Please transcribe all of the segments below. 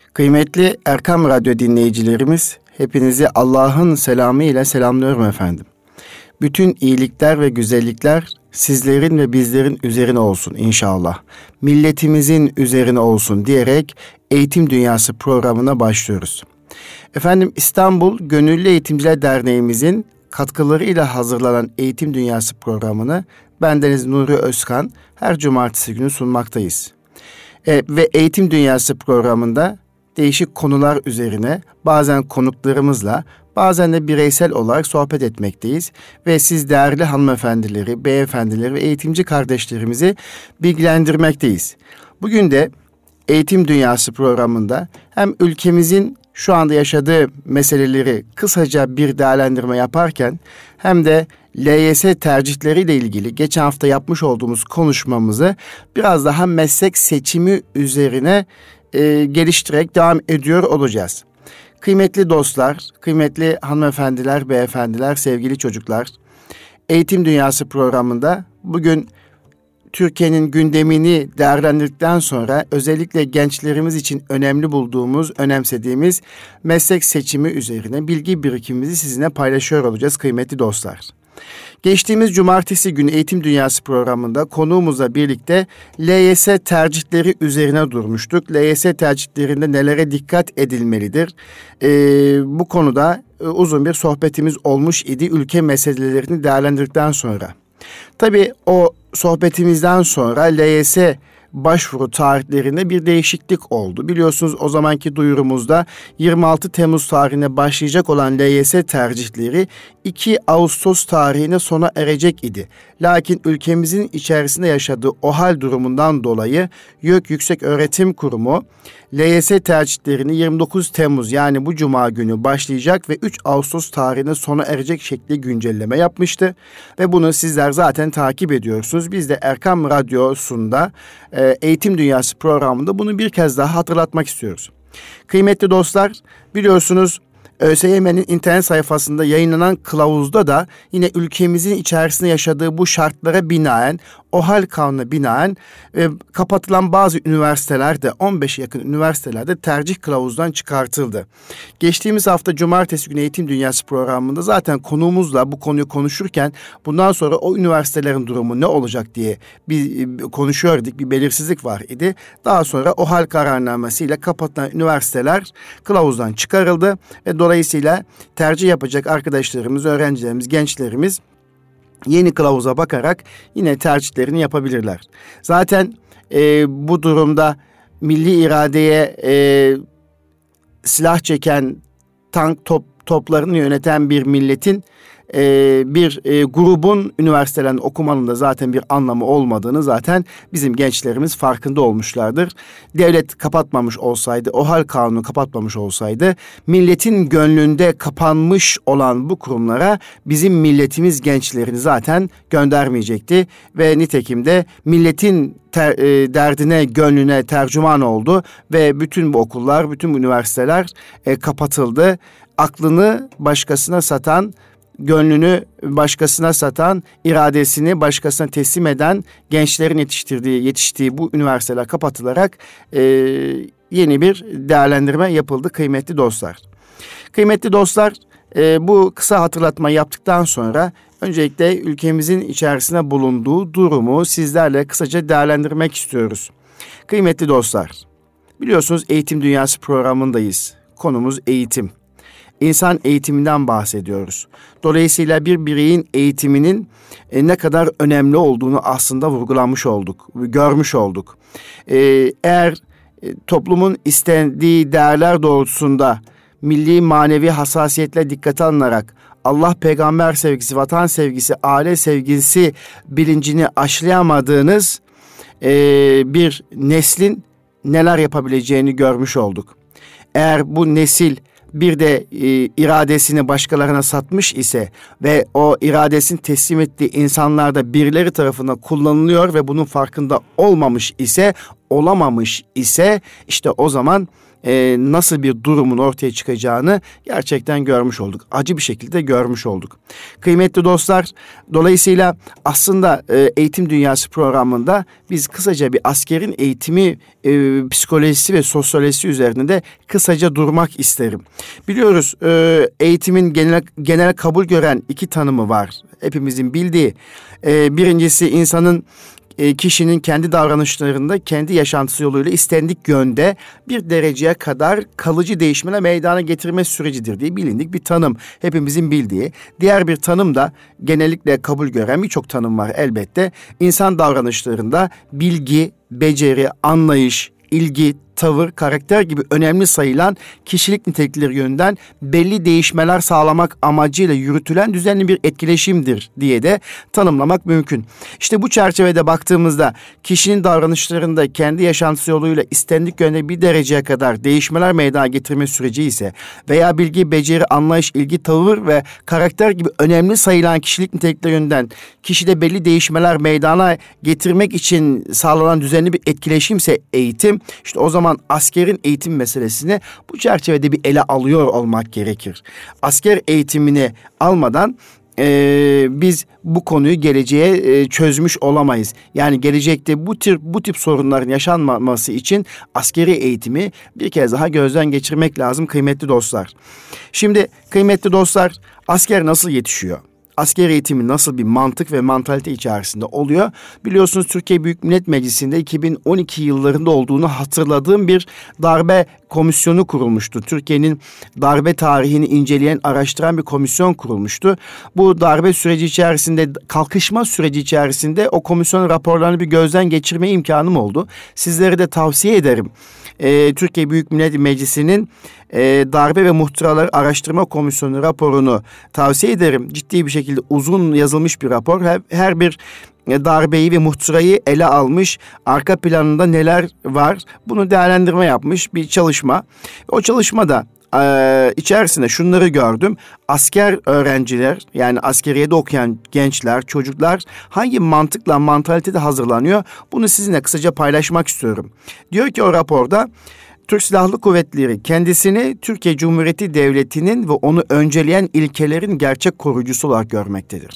Kıymetli Erkam Radyo dinleyicilerimiz, hepinizi Allah'ın selamı ile selamlıyorum efendim. Bütün iyilikler ve güzellikler sizlerin ve bizlerin üzerine olsun inşallah. Milletimizin üzerine olsun diyerek Eğitim Dünyası programına başlıyoruz. Efendim, İstanbul Gönüllü Eğitimciler Derneğimizin katkılarıyla hazırlanan Eğitim Dünyası programını bendeniz Nuri Özkan her cumartesi günü sunmaktayız. Ve Eğitim Dünyası programında değişik konular üzerine bazen konuklarımızla, bazen de bireysel olarak sohbet etmekteyiz. Ve siz değerli hanımefendileri, beyefendileri ve eğitimci kardeşlerimizi bilgilendirmekteyiz. Bugün de Eğitim Dünyası programında hem ülkemizin şu anda yaşadığı meseleleri kısaca bir değerlendirme yaparken hem de LYS tercihleriyle ilgili geçen hafta yapmış olduğumuz konuşmamızı biraz daha meslek seçimi üzerine geliştirerek devam ediyor olacağız. Kıymetli dostlar, kıymetli hanımefendiler, beyefendiler, sevgili çocuklar, Eğitim Dünyası programında bugün Türkiye'nin gündemini değerlendirdikten sonra özellikle gençlerimiz için önemli bulduğumuz, önemsediğimiz meslek seçimi üzerine bilgi birikimimizi sizinle paylaşıyor olacağız kıymetli dostlar. Geçtiğimiz cumartesi günü Eğitim Dünyası programında konuğumuzla birlikte LYS tercihleri üzerine durmuştuk. LYS tercihlerinde nelere dikkat edilmelidir? Bu konuda uzun bir sohbetimiz olmuş idi ülke meselelerini değerlendirdikten sonra. Tabii o sohbetimizden sonra LYS başvuru tarihlerinde bir değişiklik oldu. Biliyorsunuz o zamanki duyurumuzda 26 Temmuz tarihine başlayacak olan LYS tercihleri 2 Ağustos tarihine sona erecek idi. Lakin ülkemizin içerisinde yaşadığı o hal durumundan dolayı YÖK Yükseköğretim Kurumu LYS tercihlerini 29 Temmuz yani bu cuma günü başlayacak ve 3 Ağustos tarihine sona erecek şekilde güncelleme yapmıştı. Ve bunu sizler zaten takip ediyorsunuz. Biz de Erkam Radyosu'nda Eğitim Dünyası programında bunu bir kez daha hatırlatmak istiyoruz. Kıymetli dostlar, biliyorsunuz ÖSYM'nin internet sayfasında yayınlanan kılavuzda da yine ülkemizin içerisinde yaşadığı bu şartlara binaen, o hal kanuna binaen kapatılan bazı üniversitelerde 15'e yakın üniversitelerde tercih kılavuzdan çıkartıldı. Geçtiğimiz hafta cumartesi günü Eğitim Dünyası programında zaten konuğumuzla bu konuyu konuşurken bundan sonra o üniversitelerin durumu ne olacak diye bir konuşuyorduk, bir belirsizlik var idi. Daha sonra o hal kararnamesiyle kapatılan üniversiteler kılavuzdan çıkarıldı ve dolayısıyla tercih yapacak arkadaşlarımız, öğrencilerimiz, gençlerimiz yeni kılavuza bakarak yine tercihlerini yapabilirler. Zaten bu durumda milli iradeye silah çeken, tank toplarını yöneten bir milletin bir grubun üniversitelerinde okumanın da zaten bir anlamı olmadığını zaten bizim gençlerimiz farkında olmuşlardır. Devlet kapatmamış olsaydı, o hal kanunu kapatmamış olsaydı milletin gönlünde kapanmış olan bu kurumlara bizim milletimiz gençlerini zaten göndermeyecekti ve nitekim de milletin derdine, gönlüne tercüman oldu ve bütün bu okullar, bütün bu üniversiteler kapatıldı. Aklını başkasına satan, gönlünü başkasına satan, iradesini başkasına teslim eden gençlerin yetiştiği bu üniversiteler kapatılarak yeni bir değerlendirme yapıldı kıymetli dostlar. Kıymetli dostlar, bu kısa hatırlatma yaptıktan sonra öncelikle ülkemizin içerisinde bulunduğu durumu sizlerle kısaca değerlendirmek istiyoruz. Kıymetli dostlar, biliyorsunuz Eğitim Dünyası programındayız. Konumuz eğitim. İnsan eğitiminden bahsediyoruz. Dolayısıyla bir bireyin eğitiminin ne kadar önemli olduğunu aslında vurgulamış olduk, görmüş olduk. Eğer toplumun istediği değerler doğrultusunda milli manevi hassasiyetle dikkate alınarak Allah, peygamber sevgisi, vatan sevgisi, aile sevgisi bilincini aşılayamadığınız bir neslin neler yapabileceğini görmüş olduk. Eğer bu nesil bir de iradesini başkalarına satmış ise ve o iradesini teslim ettiği insanlar da birileri tarafından kullanılıyor ve bunun farkında olmamış ise olamamış ise işte o zaman nasıl bir durumun ortaya çıkacağını gerçekten görmüş olduk. Acı bir şekilde görmüş olduk. Kıymetli dostlar, dolayısıyla aslında Eğitim Dünyası programında biz kısaca bir askerin eğitimi psikolojisi ve sosyolojisi üzerinde kısaca durmak isterim. Biliyoruz eğitimin genel kabul gören iki tanımı var. Hepimizin bildiği. Birincisi insanın kişinin kendi davranışlarında, kendi yaşantısı yoluyla istendik yönde bir dereceye kadar kalıcı değişimine meydana getirme sürecidir diye bilindik bir tanım. Hepimizin bildiği. Diğer bir tanım da genellikle kabul gören birçok tanım var elbette. İnsan davranışlarında bilgi, beceri, anlayış, ilgi, tavır, karakter gibi önemli sayılan kişilik nitelikleri yönünden belli değişmeler sağlamak amacıyla yürütülen düzenli bir etkileşimdir diye de tanımlamak mümkün. İşte bu çerçevede baktığımızda kişinin davranışlarında kendi yaşantısı yoluyla istendik yönde bir dereceye kadar değişmeler meydana getirme süreci ise veya bilgi, beceri, anlayış, ilgi, tavır ve karakter gibi önemli sayılan kişilik nitelikleri yönünden kişide belli değişmeler meydana getirmek için sağlanan düzenli bir etkileşimse eğitim, işte o zaman askerin eğitim meselesini bu çerçevede bir ele alıyor olmak gerekir. Asker eğitimini almadan biz bu konuyu geleceğe çözmüş olamayız. Yani gelecekte bu tip sorunların yaşanmaması için askeri eğitimi bir kez daha gözden geçirmek lazım kıymetli dostlar. Şimdi kıymetli dostlar, asker nasıl yetişiyor? Asker eğitimi nasıl bir mantık ve mantalite içerisinde oluyor? Biliyorsunuz Türkiye Büyük Millet Meclisi'nde 2012 yıllarında olduğunu hatırladığım bir darbe komisyonu kurulmuştu. Türkiye'nin darbe tarihini inceleyen, araştıran bir komisyon kurulmuştu. Bu darbe süreci içerisinde, kalkışma süreci içerisinde o komisyonun raporlarını bir gözden geçirme imkanım oldu. Sizlere de tavsiye ederim. Türkiye Büyük Millet Meclisi'nin Darbe ve Muhtıralar Araştırma Komisyonu raporunu tavsiye ederim. Ciddi bir şekilde uzun yazılmış bir rapor. Her bir darbeyi ve muhtırayı ele almış, arka planında neler var bunu değerlendirme yapmış bir çalışma. O çalışmada içerisinde şunları gördüm. Asker öğrenciler, yani askeriyede okuyan gençler, çocuklar hangi mantıkla, mantalitede hazırlanıyor? Bunu sizinle kısaca paylaşmak istiyorum. Diyor ki o raporda, Türk Silahlı Kuvvetleri kendisini Türkiye Cumhuriyeti Devleti'nin ve onu önceleyen ilkelerin gerçek koruyucusu olarak görmektedir.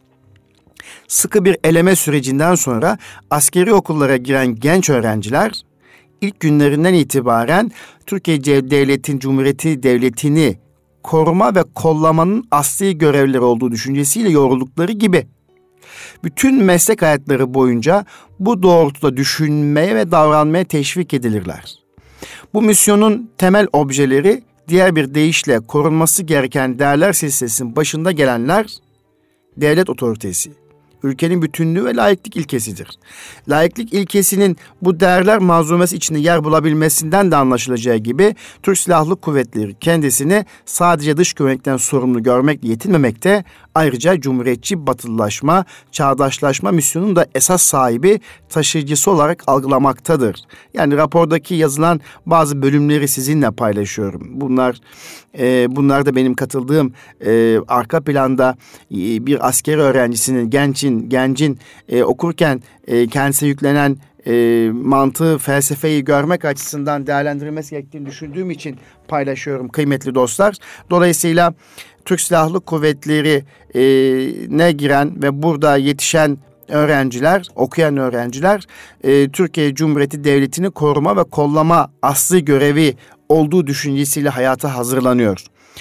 Sıkı bir eleme sürecinden sonra askeri okullara giren genç öğrenciler ilk günlerinden itibaren Türkiye Cumhuriyeti Devleti'ni koruma ve kollamanın asli görevleri olduğu düşüncesiyle yoruldukları gibi bütün meslek hayatları boyunca bu doğrultuda düşünmeye ve davranmaya teşvik edilirler. Bu misyonun temel objeleri, diğer bir deyişle korunması gereken değerler silsilesinin başında gelenler, devlet otoritesi, ülkenin bütünlüğü ve laiklik ilkesidir. Laiklik ilkesinin bu değerler manzumesi içinde yer bulabilmesinden de anlaşılacağı gibi Türk Silahlı Kuvvetleri kendisini sadece dış güvenlikten sorumlu görmekle yetinmemekte, ayrıca cumhuriyetçi batılılaşma, çağdaşlaşma misyonunun da esas sahibi, taşıyıcısı olarak algılamaktadır. Yani rapordaki yazılan bazı bölümleri sizinle paylaşıyorum. Bunlar da benim katıldığım arka planda bir asker öğrencisinin, gencin okurken kendisine yüklenen mantığı, felsefeyi görmek açısından değerlendirilmesi gerektiğini düşündüğüm için paylaşıyorum kıymetli dostlar. Dolayısıyla Türk Silahlı Kuvvetleri'ne giren ve burada yetişen öğrenciler, okuyan öğrenciler Türkiye Cumhuriyeti Devleti'ni koruma ve kollama asli görevi olduğu düşüncesiyle hayata hazırlanıyor.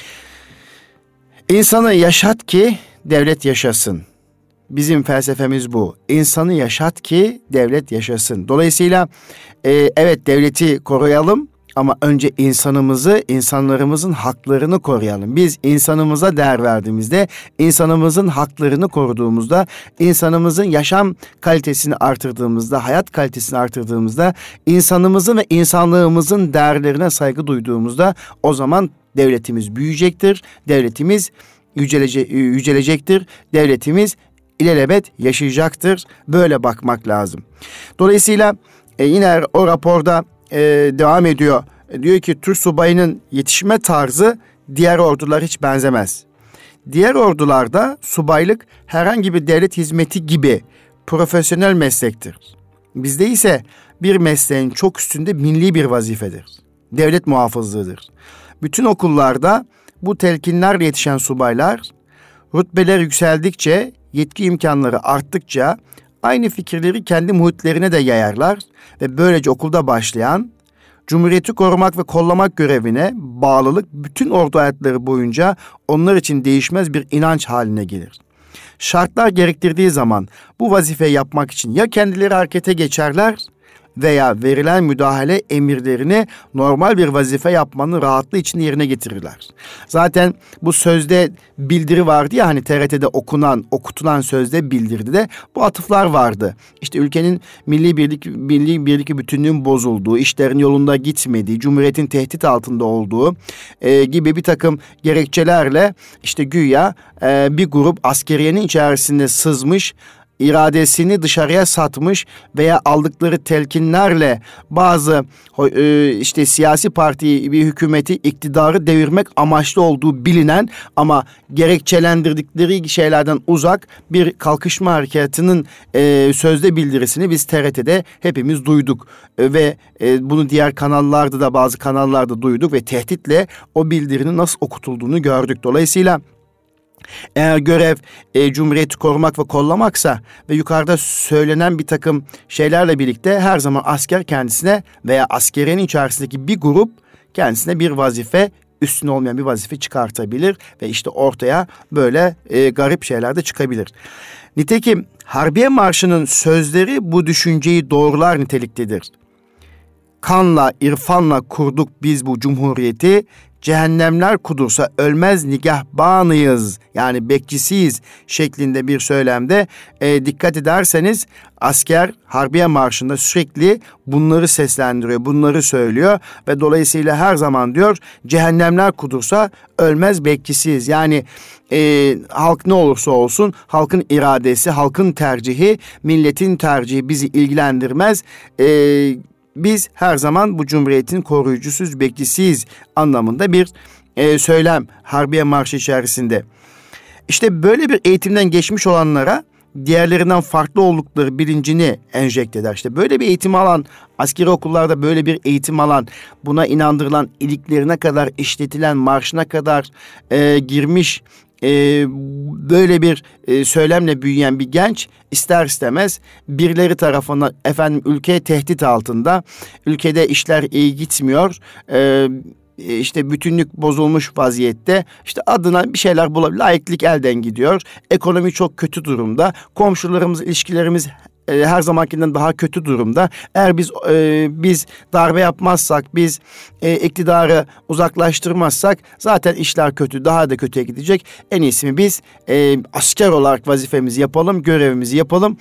İnsanı yaşat ki devlet yaşasın. Bizim felsefemiz bu. İnsanı yaşat ki devlet yaşasın. Dolayısıyla evet, devleti koruyalım ama önce insanlarımızın haklarını koruyalım. Biz insanımıza değer verdiğimizde, insanımızın haklarını koruduğumuzda, insanımızın yaşam kalitesini artırdığımızda, hayat kalitesini artırdığımızda, insanımızın ve insanlığımızın değerlerine saygı duyduğumuzda o zaman devletimiz büyüyecektir, devletimiz yücelecektir, devletimiz ilelebet yaşayacaktır. Böyle bakmak lazım. Dolayısıyla yine o raporda devam ediyor. Diyor ki Türk subayının yetişme tarzı diğer ordular hiç benzemez. Diğer ordularda subaylık herhangi bir devlet hizmeti gibi profesyonel meslektir. Bizde ise bir mesleğin çok üstünde milli bir vazifedir. Devlet muhafızlığıdır. Bütün okullarda bu telkinlerle yetişen subaylar rütbeler yükseldikçe, yetki imkanları arttıkça aynı fikirleri kendi muhitlerine de yayarlar ve böylece okulda başlayan Cumhuriyeti korumak ve kollamak görevine bağlılık bütün ordu hayatları boyunca onlar için değişmez bir inanç haline gelir. Şartlar gerektirdiği zaman bu vazifeyi yapmak için ya kendileri harekete geçerler veya verilen müdahale emirlerini normal bir vazife yapmanın rahatlığı içinde yerine getirirler. Zaten bu sözde bildiri vardı ya, hani TRT'de okutulan sözde bildirdi de bu atıflar vardı. İşte ülkenin milli birlik bütünlüğün bozulduğu, işlerin yolunda gitmediği, Cumhuriyet'in tehdit altında olduğu gibi bir takım gerekçelerle işte güya bir grup askeriyenin içerisinde sızmış, iradesini dışarıya satmış veya aldıkları telkinlerle bazı işte siyasi partiyi, bir hükümeti, iktidarı devirmek amaçlı olduğu bilinen ama gerekçelendirdikleri şeylerden uzak bir kalkışma harekatının sözde bildirisini biz TRT'de hepimiz duyduk ve bunu diğer kanallarda da, bazı kanallarda duyduk ve tehditle o bildirinin nasıl okutulduğunu gördük. Dolayısıyla eğer görev Cumhuriyeti korumak ve kollamaksa ve yukarıda söylenen bir takım şeylerle birlikte her zaman asker kendisine veya askeriyenin içerisindeki bir grup kendisine bir vazife, üstün olmayan bir vazife çıkartabilir ve işte ortaya böyle garip şeyler de çıkabilir. Nitekim Harbiye Marşı'nın sözleri bu düşünceyi doğrular niteliktedir. Kanla, irfanla kurduk biz bu cumhuriyeti, cehennemler kudursa ölmez nigahbanıyız, yani bekçisiyiz şeklinde bir söylemde dikkat ederseniz asker Harbiye Marşı'nda sürekli bunları seslendiriyor, bunları söylüyor ve dolayısıyla her zaman diyor cehennemler kudursa ölmez bekçisiyiz. Yani halk ne olursa olsun halkın iradesi, halkın tercihi, milletin tercihi bizi ilgilendirmez. Biz her zaman bu cumhuriyetin koruyucusuz bekçisiyiz anlamında bir söylem Harbiye Marşı içerisinde. İşte böyle bir eğitimden geçmiş olanlara diğerlerinden farklı oldukları bilincini enjekte eder. İşte böyle bir eğitim alan, askeri okullarda böyle bir eğitim alan, buna inandırılan, iliklerine kadar işletilen, marşına kadar girmiş, böyle bir söylemle büyüyen bir genç ister istemez birileri tarafından ülke tehdit altında, ülkede işler iyi gitmiyor, işte bütünlük bozulmuş vaziyette, işte adına bir şeyler bulabilir, laiklik elden gidiyor, ekonomi çok kötü durumda, komşularımız, ilişkilerimiz her zamankinden daha kötü durumda. Eğer biz darbe yapmazsak, biz iktidarı uzaklaştırmazsak zaten işler kötü, daha da kötüye gidecek. En iyisi mi biz asker olarak vazifemizi yapalım, görevimizi yapalım,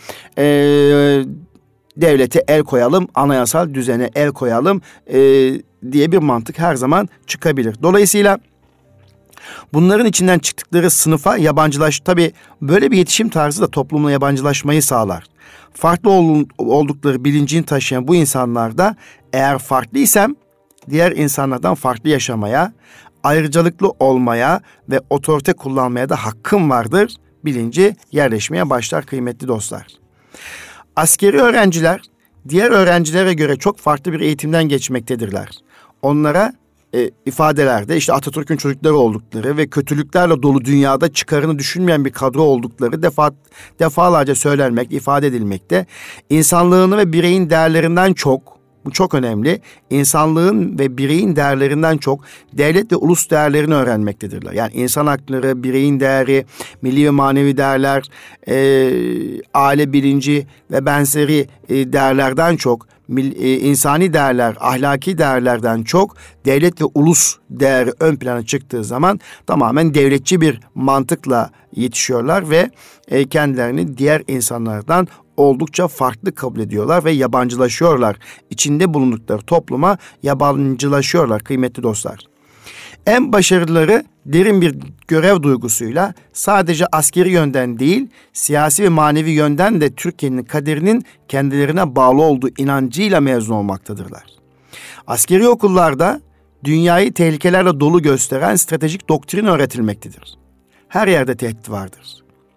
devlete el koyalım, anayasal düzene el koyalım diye bir mantık her zaman çıkabilir. Dolayısıyla bunların içinden çıktıkları sınıfa tabii böyle bir yetişim tarzı da toplumla yabancılaşmayı sağlar. Farklı oldukları bilincini taşıyan bu insanlarda eğer farklıysam diğer insanlardan farklı yaşamaya, ayrıcalıklı olmaya ve otorite kullanmaya da hakkım vardır bilinci yerleşmeye başlar kıymetli dostlar. Askeri öğrenciler diğer öğrencilere göre çok farklı bir eğitimden geçmektedirler. Onlara ifadelerde işte Atatürk'ün çocukları oldukları ve kötülüklerle dolu dünyada çıkarını düşünmeyen bir kadro oldukları defalarca söylenmek, ifade edilmekte. İnsanlığını ve bireyin değerlerinden çok, bu çok önemli, İnsanlığın ve bireyin değerlerinden çok devlet ve ulus değerlerini öğrenmektedirler. Yani insan hakları, bireyin değeri, milli ve manevi değerler, aile bilinci ve benzeri değerlerden çok, insani değerler, ahlaki değerlerden çok devlet ve ulus değeri ön plana çıktığı zaman tamamen devletçi bir mantıkla yetişiyorlar ve kendilerini diğer insanlardan oldukça farklı kabul ediyorlar ve yabancılaşıyorlar. İçinde bulundukları topluma yabancılaşıyorlar kıymetli dostlar. En başarılıları derin bir görev duygusuyla sadece askeri yönden değil, siyasi ve manevi yönden de Türkiye'nin kaderinin kendilerine bağlı olduğu inancıyla mezun olmaktadırlar. Askeri okullarda dünyayı tehlikelerle dolu gösteren stratejik doktrin öğretilmektedir. Her yerde tehdit vardır.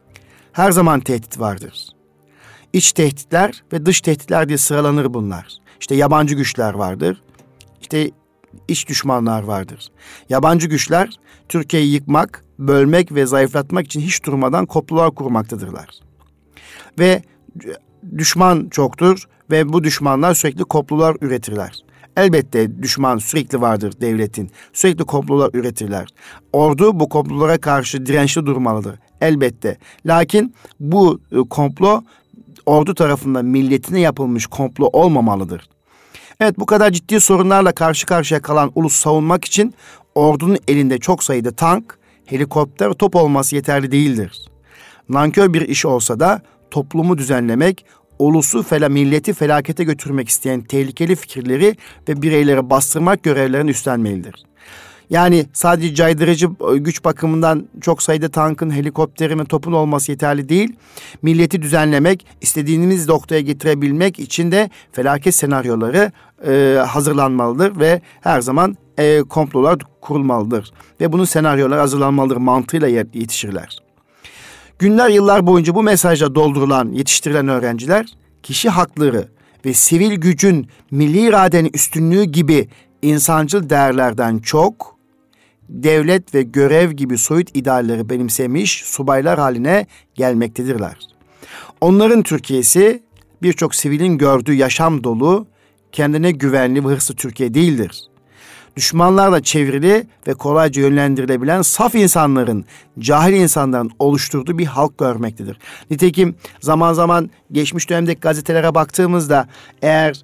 Her zaman tehdit vardır. İç tehditler ve dış tehditler diye sıralanır bunlar. İşte yabancı güçler vardır. İşte iç düşmanlar vardır. Yabancı güçler Türkiye'yi yıkmak, bölmek ve zayıflatmak için hiç durmadan komplolar kurmaktadırlar. Ve düşman çoktur ve bu düşmanlar sürekli komplolar üretirler. Elbette düşman sürekli vardır devletin. Sürekli komplolar üretirler. Ordu bu komplolara karşı dirençli durmalıdır. Elbette. Lakin bu komplo ordu tarafından milletine yapılmış komplo olmamalıdır. Evet, bu kadar ciddi sorunlarla karşı karşıya kalan ulus savunmak için ordunun elinde çok sayıda tank, helikopter, top olması yeterli değildir. Nankör bir iş olsa da toplumu düzenlemek, ulusu milleti felakete götürmek isteyen tehlikeli fikirleri ve bireyleri bastırmak görevlerini üstlenmelidir. Yani sadece caydırıcı güç bakımından çok sayıda tankın, helikopterin ve topun olması yeterli değil. Milleti düzenlemek, istediğimiz noktaya getirebilmek için de felaket senaryoları hazırlanmalıdır ve her zaman komplolar kurulmalıdır. Ve bunun senaryoları hazırlanmalıdır mantığıyla yetişirler. Günler, yıllar boyunca bu mesajla doldurulan, yetiştirilen öğrenciler, kişi hakları ve sivil gücün milli iradenin üstünlüğü gibi insancıl değerlerden çok, devlet ve görev gibi soyut idealleri benimsemiş subaylar haline gelmektedirler. Onların Türkiye'si birçok sivilin gördüğü yaşam dolu, kendine güvenli ve hırslı Türkiye değildir. Düşmanlarla çevrili ve kolayca yönlendirilebilen saf insanların, cahil insanların oluşturduğu bir halk görmektedir. Nitekim zaman zaman geçmiş dönemdeki gazetelere baktığımızda eğer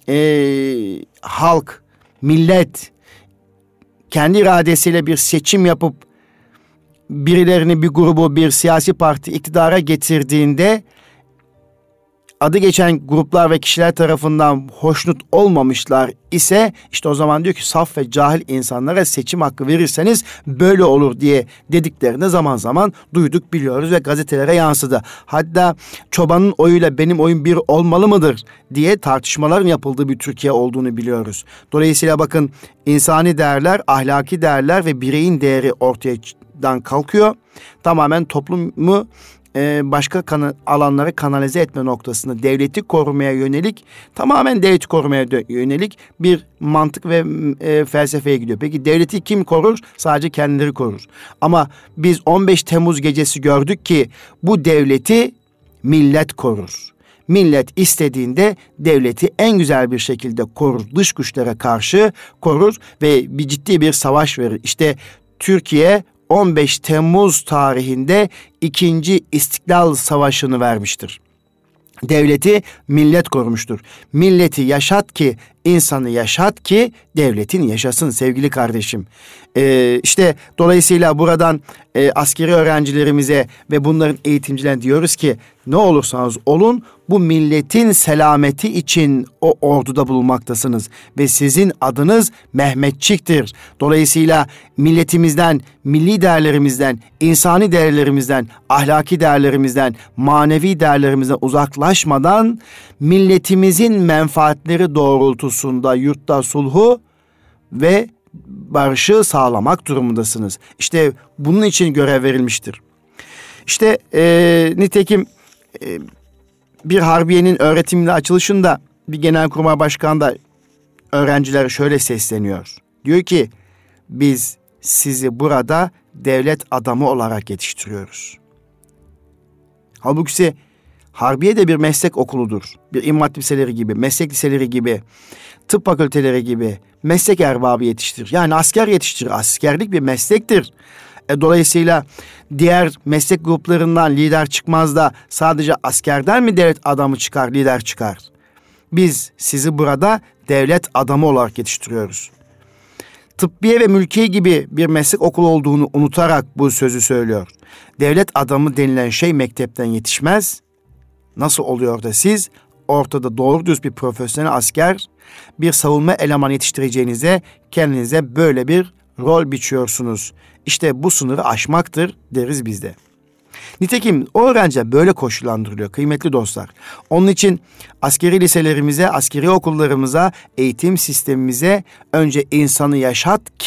halk, millet kendi iradesiyle bir seçim yapıp birilerini, bir grubu, bir siyasi parti iktidara getirdiğinde adı geçen gruplar ve kişiler tarafından hoşnut olmamışlar ise işte o zaman diyor ki saf ve cahil insanlara seçim hakkı verirseniz böyle olur diye dediklerini zaman zaman duyduk, biliyoruz ve gazetelere yansıdı. Hatta çobanın oyuyla benim oyun bir olmalı mıdır diye tartışmaların yapıldığı bir Türkiye olduğunu biliyoruz. Dolayısıyla bakın, insani değerler, ahlaki değerler ve bireyin değeri ortadan kalkıyor. Tamamen toplumu başka alanlara kanalize etme noktasında devleti korumaya yönelik, tamamen devleti korumaya yönelik bir mantık ve felsefeye gidiyor. Peki devleti kim korur? Sadece kendileri korur. Ama biz 15 Temmuz gecesi gördük ki bu devleti millet korur. Millet istediğinde devleti en güzel bir şekilde korur. Dış güçlere karşı korur ve ciddi bir savaş verir. İşte Türkiye 15 Temmuz tarihinde 2. İstiklal Savaşı'nı vermiştir. Devleti millet korumuştur. Milleti yaşat ki, insanı yaşat ki devletin yaşasın sevgili kardeşim. İşte dolayısıyla buradan askeri öğrencilerimize ve bunların eğitimcilerine diyoruz ki ne olursanız olun bu milletin selameti için o orduda bulunmaktasınız ve sizin adınız Mehmetçik'tir. Dolayısıyla milletimizden, milli değerlerimizden, insani değerlerimizden, ahlaki değerlerimizden, manevi değerlerimizden uzaklaşmadan milletimizin menfaatleri doğrultusunda yurtta sulhu ve barışı sağlamak durumundasınız. İşte bunun için görev verilmiştir. İşte nitekim bir harbiyenin öğretimli açılışında bir genelkurmay başkanı da öğrencilere şöyle sesleniyor. Diyor ki biz sizi burada devlet adamı olarak yetiştiriyoruz. Halbuki harbiye de bir meslek okuludur. Bir İmam Hatip liseleri gibi, meslek liseleri gibi, tıp fakülteleri gibi meslek erbabı yetiştirir. Yani asker yetiştirir. Askerlik bir meslektir. Dolayısıyla diğer meslek gruplarından lider çıkmaz da sadece askerden mi devlet adamı çıkar, lider çıkar? Biz sizi burada devlet adamı olarak yetiştiriyoruz. Tıbbiye ve mülkiye gibi bir meslek okulu olduğunu unutarak bu sözü söylüyor. Devlet adamı denilen şey mektepten yetişmez. Nasıl oluyor da siz ortada doğru düz bir profesyonel asker, bir savunma elemanı yetiştireceğinize kendinize böyle bir rol biçiyorsunuz. İşte bu sınırı aşmaktır deriz biz de. Nitekim o öğrenci böyle koşullandırılıyor kıymetli dostlar. Onun için askeri liselerimize, askeri okullarımıza, eğitim sistemimize önce insanı yaşat ki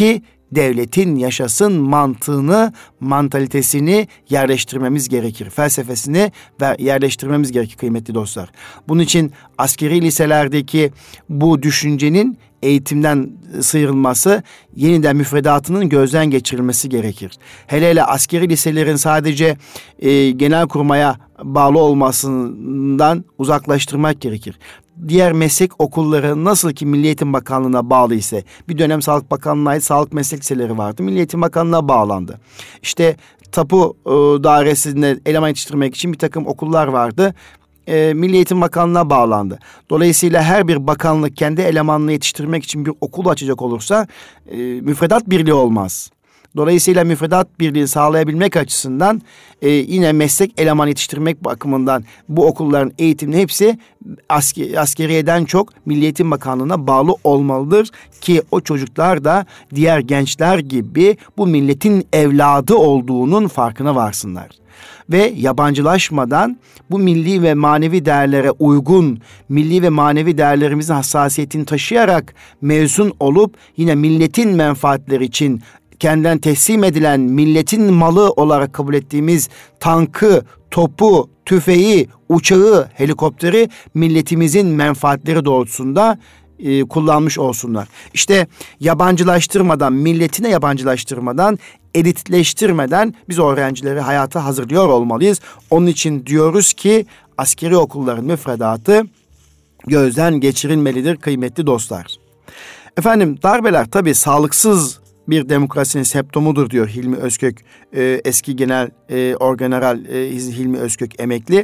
devletin yaşasın mantığını, mantalitesini yerleştirmemiz gerekir. Felsefesini yerleştirmemiz gerekir kıymetli dostlar. Bunun için askeri liselerdeki bu düşüncenin eğitimden sıyrılması, yeniden müfredatının gözden geçirilmesi gerekir. Hele hele askeri liselerin sadece genelkurmaya bağlı olmasından uzaklaştırmak gerekir. Diğer meslek okulları nasıl ki Milli Eğitim Bakanlığı'na bağlı ise, bir dönem Sağlık Bakanlığı'na ait sağlık meslek liseleri vardı. Milli Eğitim Bakanlığı'na bağlandı. İşte tapu dairesinde eleman yetiştirmek için bir takım okullar vardı. Milli Eğitim Bakanlığı'na bağlandı. Dolayısıyla her bir bakanlık kendi elemanını yetiştirmek için bir okul açacak olursa müfredat birliği olmaz. Dolayısıyla müfredat birliği sağlayabilmek açısından yine meslek eleman yetiştirmek bakımından bu okulların eğitiminin hepsi askeriyeden çok Milli Eğitim Bakanlığı'na bağlı olmalıdır ki o çocuklar da diğer gençler gibi bu milletin evladı olduğunun farkına varsınlar. Ve yabancılaşmadan bu milli ve manevi değerlere uygun, milli ve manevi değerlerimizin hassasiyetini taşıyarak mezun olup yine milletin menfaatleri için kendinden teslim edilen milletin malı olarak kabul ettiğimiz tankı, topu, tüfeği, uçağı, helikopteri milletimizin menfaatleri doğrultusunda kullanmış olsunlar. İşte yabancılaştırmadan, milletine yabancılaştırmadan, elitleştirmeden biz öğrencileri hayata hazırlıyor olmalıyız. Onun için diyoruz ki askeri okulların müfredatı gözden geçirilmelidir kıymetli dostlar. Efendim darbeler tabii sağlıksız bir demokrasinin septomudur diyor Hilmi Özkök, eski genel orgeneral Hilmi Özkök emekli.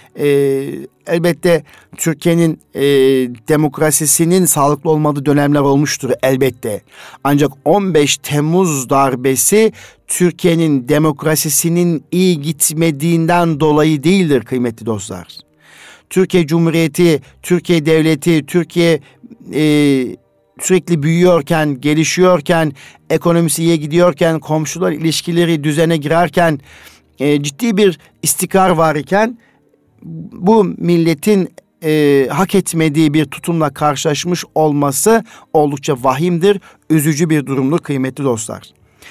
Elbette Türkiye'nin demokrasisinin sağlıklı olmadığı dönemler olmuştur elbette. Ancak 15 Temmuz darbesi Türkiye'nin demokrasisinin iyi gitmediğinden dolayı değildir kıymetli dostlar. Türkiye Cumhuriyeti, Türkiye Devleti, Türkiye sürekli büyüyorken, gelişiyorken, ekonomisi iyiye gidiyorken, komşular ilişkileri düzene girerken, ciddi bir istikrar var iken bu milletin hak etmediği bir tutumla karşılaşmış olması oldukça vahimdir, üzücü bir durumdur kıymetli dostlar.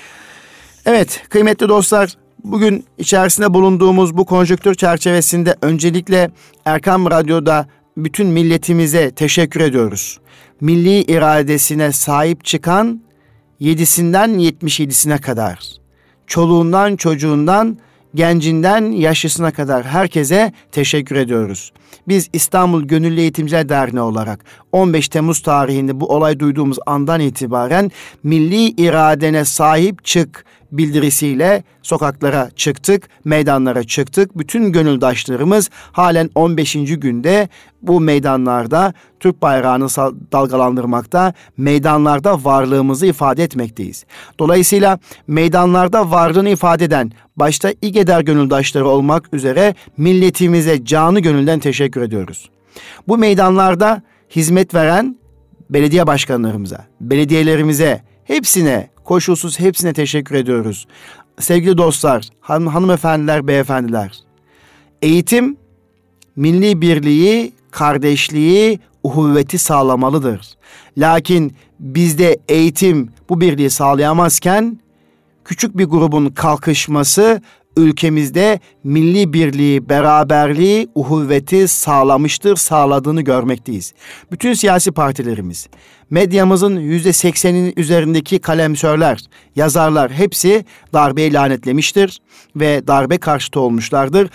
Evet kıymetli dostlar, bugün içerisinde bulunduğumuz bu konjonktür çerçevesinde öncelikle Erkam Radyo'da bütün milletimize teşekkür ediyoruz. Milli iradesine sahip çıkan 7'sinden 77'sine kadar, çoluğundan çocuğundan, gencinden yaşlısına kadar herkese teşekkür ediyoruz. Biz İstanbul Gönüllü Eğitimciler Derneği olarak 15 Temmuz tarihinde bu olay duyduğumuz andan itibaren milli iradene sahip çık bildirisiyle sokaklara çıktık, meydanlara çıktık. Bütün gönüldaşlarımız halen 15. günde bu meydanlarda Türk bayrağını dalgalandırmakta, meydanlarda varlığımızı ifade etmekteyiz. Dolayısıyla meydanlarda varlığını ifade eden, başta İGEDER gönüldaşları olmak üzere milletimize canı gönülden teşekkür ediyoruz. Bu meydanlarda hizmet veren belediye başkanlarımıza, belediyelerimize, hepsine, koşulsuz hepsine teşekkür ediyoruz. Sevgili dostlar, hanımefendiler, beyefendiler, eğitim, milli birliği, kardeşliği, uhuvveti sağlamalıdır. Lakin bizde eğitim bu birliği sağlayamazken, küçük bir grubun kalkışması ülkemizde milli birliği, beraberliği, uhuvveti sağlamıştır, sağladığını görmekteyiz. Bütün siyasi partilerimiz, medyamızın %80'inin üzerindeki kalemsörler, yazarlar hepsi darbeyi lanetlemiştir ve darbe karşıtı olmuşlardır.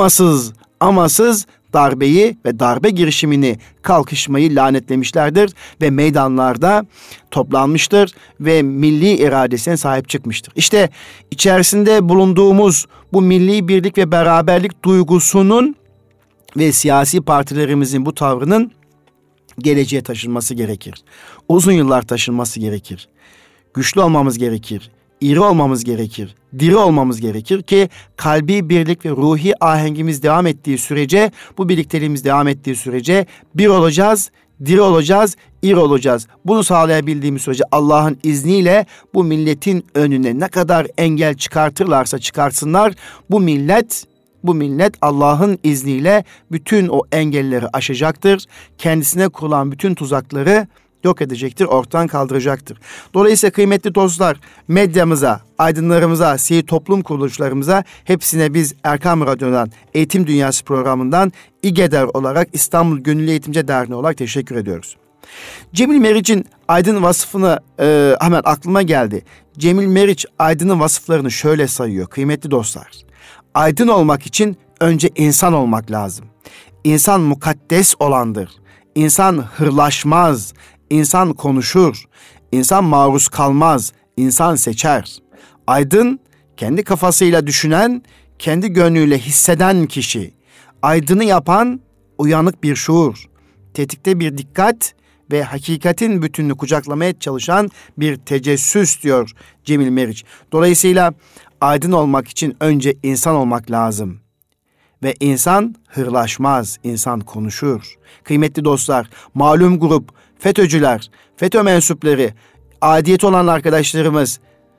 Amasız darbeyi ve darbe girişimini, kalkışmayı lanetlemişlerdir ve meydanlarda toplanmıştır ve milli iradesine sahip çıkmıştır. İşte içerisinde bulunduğumuz bu milli birlik ve beraberlik duygusunun ve siyasi partilerimizin bu tavrının geleceğe taşınması gerekir. Uzun yıllar taşınması gerekir. Güçlü olmamız gerekir. İri olmamız gerekir. Diri olmamız gerekir ki kalbi birlik ve ruhi ahengimiz devam ettiği sürece, bu birlikteliğimiz devam ettiği sürece bir olacağız, diri olacağız, iri olacağız. Bunu sağlayabildiğimiz sürece Allah'ın izniyle bu milletin önüne ne kadar engel çıkartırlarsa çıkarsınlar, bu millet Allah'ın izniyle bütün o engelleri aşacaktır. Kendisine kurulan bütün tuzakları yok edecektir, ortadan kaldıracaktır. Dolayısıyla kıymetli dostlar, medyamıza, aydınlarımıza, sivil toplum kuruluşlarımıza hepsine biz Erkam Radyo'dan, Eğitim Dünyası programından İGEDER olarak, İstanbul Gönüllü Eğitimci Derneği olarak teşekkür ediyoruz. Cemil Meriç'in aydın vasfını hemen aklıma geldi. Cemil Meriç aydının vasıflarını şöyle sayıyor kıymetli dostlar. Aydın olmak için önce insan olmak lazım. İnsan mukaddes olandır. İnsan hırlaşmaz. İnsan konuşur. İnsan maruz kalmaz. İnsan seçer. Aydın kendi kafasıyla düşünen, kendi gönlüyle hisseden kişi. Aydını yapan uyanık bir şuur, tetikte bir dikkat ve hakikatin bütününü kucaklamaya çalışan bir tecessüs diyor Cemil Meriç. Dolayısıyla aydın olmak için önce insan olmak lazım. Ve insan hırlaşmaz, insan konuşur. Kıymetli dostlar, malum grup, FETÖ'cüler, FETÖ mensupları, adiyet olan arkadaşlarımız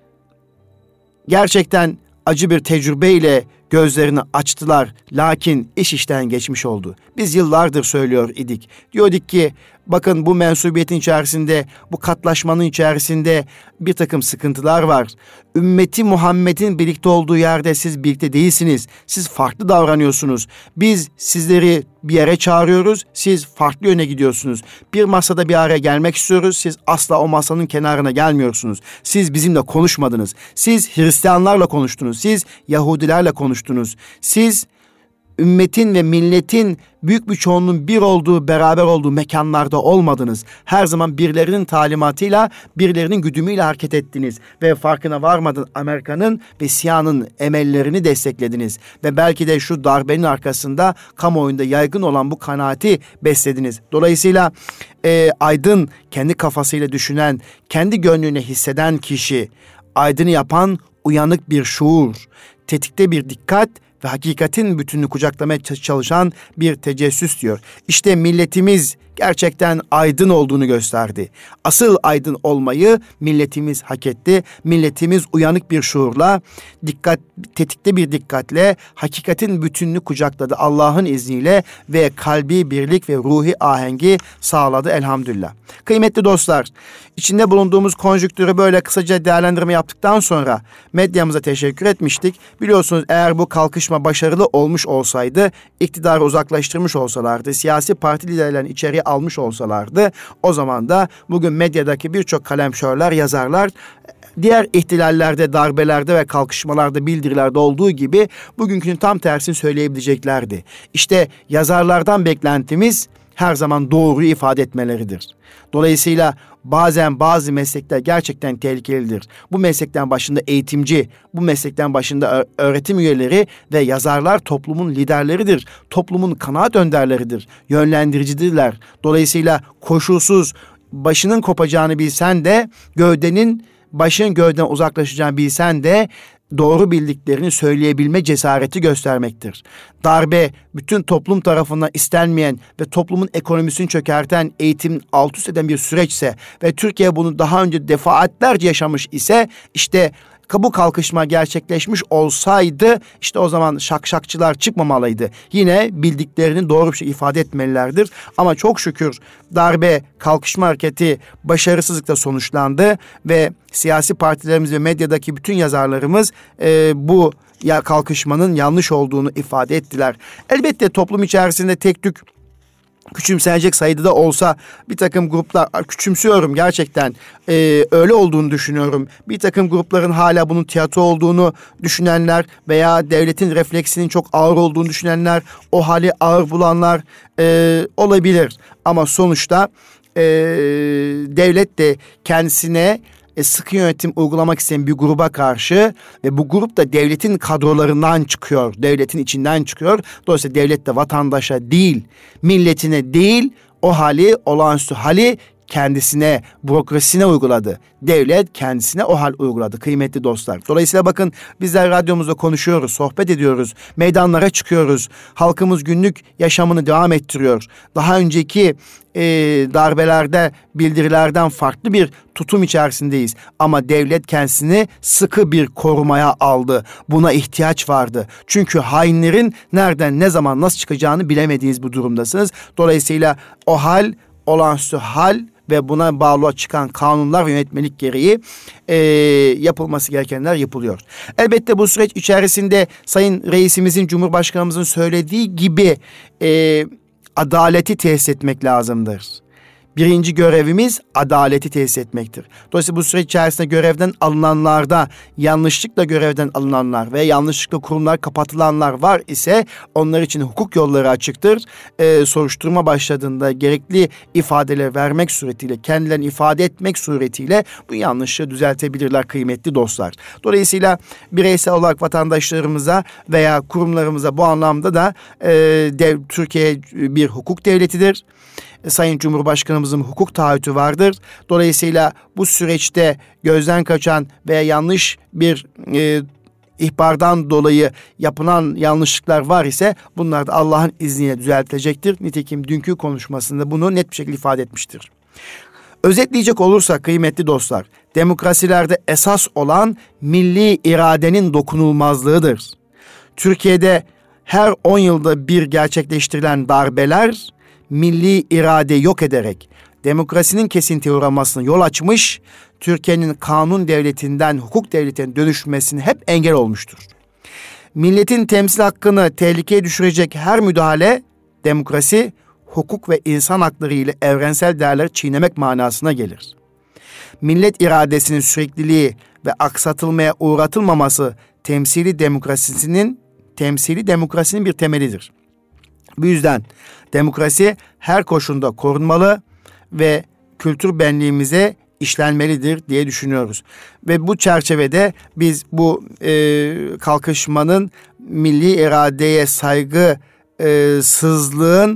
gerçekten acı bir tecrübeyle gözlerini açtılar. Lakin iş işten geçmiş oldu. Biz yıllardır söylüyor idik. Diyorduk ki bakın bu mensubiyetin içerisinde, bu katlaşmanın içerisinde bir takım sıkıntılar var. Ümmeti Muhammed'in birlikte olduğu yerde siz birlikte değilsiniz. Siz farklı davranıyorsunuz. Biz sizleri bir yere çağırıyoruz. Siz farklı yöne gidiyorsunuz. Bir masada bir araya gelmek istiyoruz. Siz asla o masanın kenarına gelmiyorsunuz. Siz bizimle konuşmadınız. Siz Hristiyanlarla konuştunuz. Siz Yahudilerle konuştunuz. Siz ümmetin ve milletin büyük bir çoğunluğun bir olduğu, beraber olduğu mekanlarda olmadınız. Her zaman birilerinin talimatıyla, birilerinin güdümüyle hareket ettiniz. Ve farkına varmadan Amerika'nın ve SİHA'nın emellerini desteklediniz. Ve belki de şu darbenin arkasında kamuoyunda yaygın olan bu kanaati beslediniz. Dolayısıyla aydın, kendi kafasıyla düşünen, kendi gönlüne hisseden kişi, aydını yapan uyanık bir şuur, tetikte bir dikkat ve hakikatin bütününü kucaklamaya çalışan bir tecessüs diyor. İşte milletimiz gerçekten aydın olduğunu gösterdi. Asıl aydın olmayı milletimiz hak etti. Milletimiz uyanık bir şuurla, tetikte bir dikkatle hakikatin bütününü kucakladı Allah'ın izniyle ve kalbi birlik ve ruhi ahengi sağladı elhamdülillah. Kıymetli dostlar, içinde bulunduğumuz konjüktürü böyle kısaca değerlendirme yaptıktan sonra medyamıza teşekkür etmiştik. Biliyorsunuz eğer bu kalkışma başarılı olmuş olsaydı, iktidarı uzaklaştırmış olsalardı, siyasi parti liderlerini içeriye almış olsalardı, o zaman da bugün medyadaki birçok kalemşörler, yazarlar, diğer ihtilallerde, darbelerde ve kalkışmalarda, bildirilerde olduğu gibi bugünkünün tam tersini söyleyebileceklerdi. İşte yazarlardan beklentimiz her zaman doğruyu ifade etmeleridir. Dolayısıyla bazen bazı meslekler gerçekten tehlikelidir. Bu meslekten başında eğitimci, bu meslekten başında öğretim üyeleri ve yazarlar toplumun liderleridir. Toplumun kanaat önderleridir, yönlendiricidirler. Dolayısıyla koşulsuz başının kopacağını bilsen de, başın gövdeden uzaklaşacağını bilsen de doğru bildiklerini söyleyebilme cesareti göstermektir. Darbe bütün toplum tarafından istenmeyen ve toplumun ekonomisini çökerten, eğitim alt üst eden bir süreçse ve Türkiye bunu daha önce defaatlerce yaşamış ise, işte bu kalkışma gerçekleşmiş olsaydı işte o zaman şakşakçılar çıkmamalıydı. Yine bildiklerini doğru bir şey ifade etmelilerdir. Ama çok şükür darbe kalkışma hareketi başarısızlıkla sonuçlandı ve siyasi partilerimiz ve medyadaki bütün yazarlarımız bu kalkışmanın yanlış olduğunu ifade ettiler. Elbette toplum içerisinde tek tük küçümsenecek sayıda da olsa bir takım gruplar, küçümsüyorum gerçekten, öyle olduğunu düşünüyorum. Bir takım grupların hala bunun tiyatro olduğunu düşünenler veya devletin refleksinin çok ağır olduğunu düşünenler, o hali ağır bulanlar olabilir. Ama sonuçta devlet de kendisine sıkı yönetim uygulamak isteyen bir gruba karşı ve bu grup da devletin kadrolarından çıkıyor, devletin içinden çıkıyor. Dolayısıyla devlet de vatandaşa değil, milletine değil, o hali, olağanüstü hali kendisine, bürokrasisine uyguladı. Devlet kendisine o hal uyguladı kıymetli dostlar. Dolayısıyla bakın bizler radyomuzda konuşuyoruz, sohbet ediyoruz, meydanlara çıkıyoruz. Halkımız günlük yaşamını devam ettiriyor. Daha önceki darbelerde, bildirilerden farklı bir tutum içerisindeyiz. Ama devlet kendisini sıkı bir korumaya aldı. Buna ihtiyaç vardı. Çünkü hainlerin nereden, ne zaman, nasıl çıkacağını bilemediğiniz bu durumdasınız. Dolayısıyla o hal, olağanüstü hal ve buna bağlı çıkan kanunlar ve yönetmelik gereği yapılması gerekenler yapılıyor. Elbette bu süreç içerisinde Sayın Reisimizin, Cumhurbaşkanımızın söylediği gibi adaleti tesis etmek lazımdır. Birinci görevimiz adaleti tesis etmektir. Dolayısıyla bu süreç içerisinde görevden alınanlarda, yanlışlıkla görevden alınanlar ve yanlışlıkla kurumlar kapatılanlar var ise onlar için hukuk yolları açıktır. Soruşturma başladığında gerekli ifadeler vermek suretiyle, kendilerini ifade etmek suretiyle bu yanlışı düzeltebilirler kıymetli dostlar. Dolayısıyla bireysel olarak vatandaşlarımıza veya kurumlarımıza bu anlamda da Türkiye bir hukuk devletidir. Sayın Cumhurbaşkanımızın hukuk taahhütü vardır. Dolayısıyla bu süreçte gözden kaçan veya yanlış bir ihbardan dolayı yapılan yanlışlıklar var ise bunlar da Allah'ın izniyle düzeltilecektir. Nitekim dünkü konuşmasında bunu net bir şekilde ifade etmiştir. Özetleyecek olursak kıymetli dostlar, demokrasilerde esas olan milli iradenin dokunulmazlığıdır. Türkiye'de her 10 yılda bir gerçekleştirilen darbeler milli irade yok ederek demokrasinin kesintiye uğramasına yol açmış, Türkiye'nin kanun devletinden hukuk devletine dönüşmesine hep engel olmuştur. Milletin temsil hakkını tehlikeye düşürecek her müdahale, demokrasi, hukuk ve insan hakları ile evrensel değerleri çiğnemek manasına gelir. Millet iradesinin sürekliliği ve aksatılmaya uğratılmaması temsili demokrasinin bir temelidir. Bu yüzden demokrasi her koşulda korunmalı ve kültür benliğimize işlenmelidir diye düşünüyoruz. Ve bu çerçevede biz bu kalkışmanın milli iradeye saygısızlığın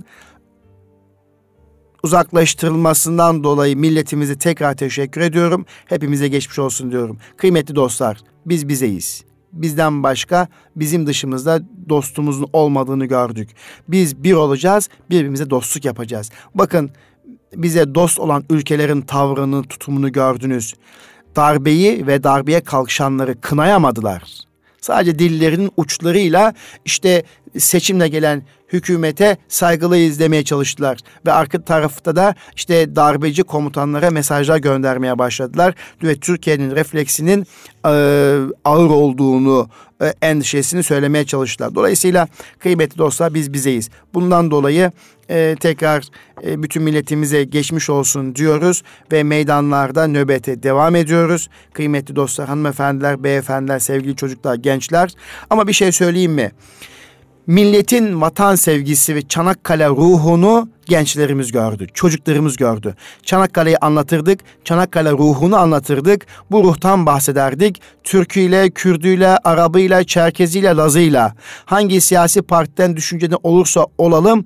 uzaklaştırılmasından dolayı milletimize tekrar teşekkür ediyorum. Hepimize geçmiş olsun diyorum. Kıymetli dostlar, biz bizeyiz. Bizden başka bizim dışımızda dostumuzun olmadığını gördük. Biz bir olacağız, birbirimize dostluk yapacağız. Bakın bize dost olan ülkelerin tavrını, tutumunu gördünüz. Darbeyi ve darbeye kalkışanları kınayamadılar. Sadece dillerinin uçlarıyla işte seçimle gelen hükümete saygılıyız demeye çalıştılar. Ve arka tarafta da işte darbeci komutanlara mesajlar göndermeye başladılar. Ve Türkiye'nin refleksinin ağır olduğunu, endişesini söylemeye çalıştılar. Dolayısıyla kıymetli dostlar biz bizeyiz. Bundan dolayı tekrar bütün milletimize geçmiş olsun diyoruz ve meydanlarda nöbete devam ediyoruz. Kıymetli dostlar, hanımefendiler, beyefendiler, sevgili çocuklar, gençler. Ama bir şey söyleyeyim mi? Milletin vatan sevgisi ve Çanakkale ruhunu gençlerimiz gördü, çocuklarımız gördü. Çanakkale'yi anlatırdık, Çanakkale ruhunu anlatırdık, bu ruhtan bahsederdik. Türküyle, Kürdüyle, Arabıyla, Çerkeziyle, Lazıyla, hangi siyasi partiden düşüncede olursa olalım,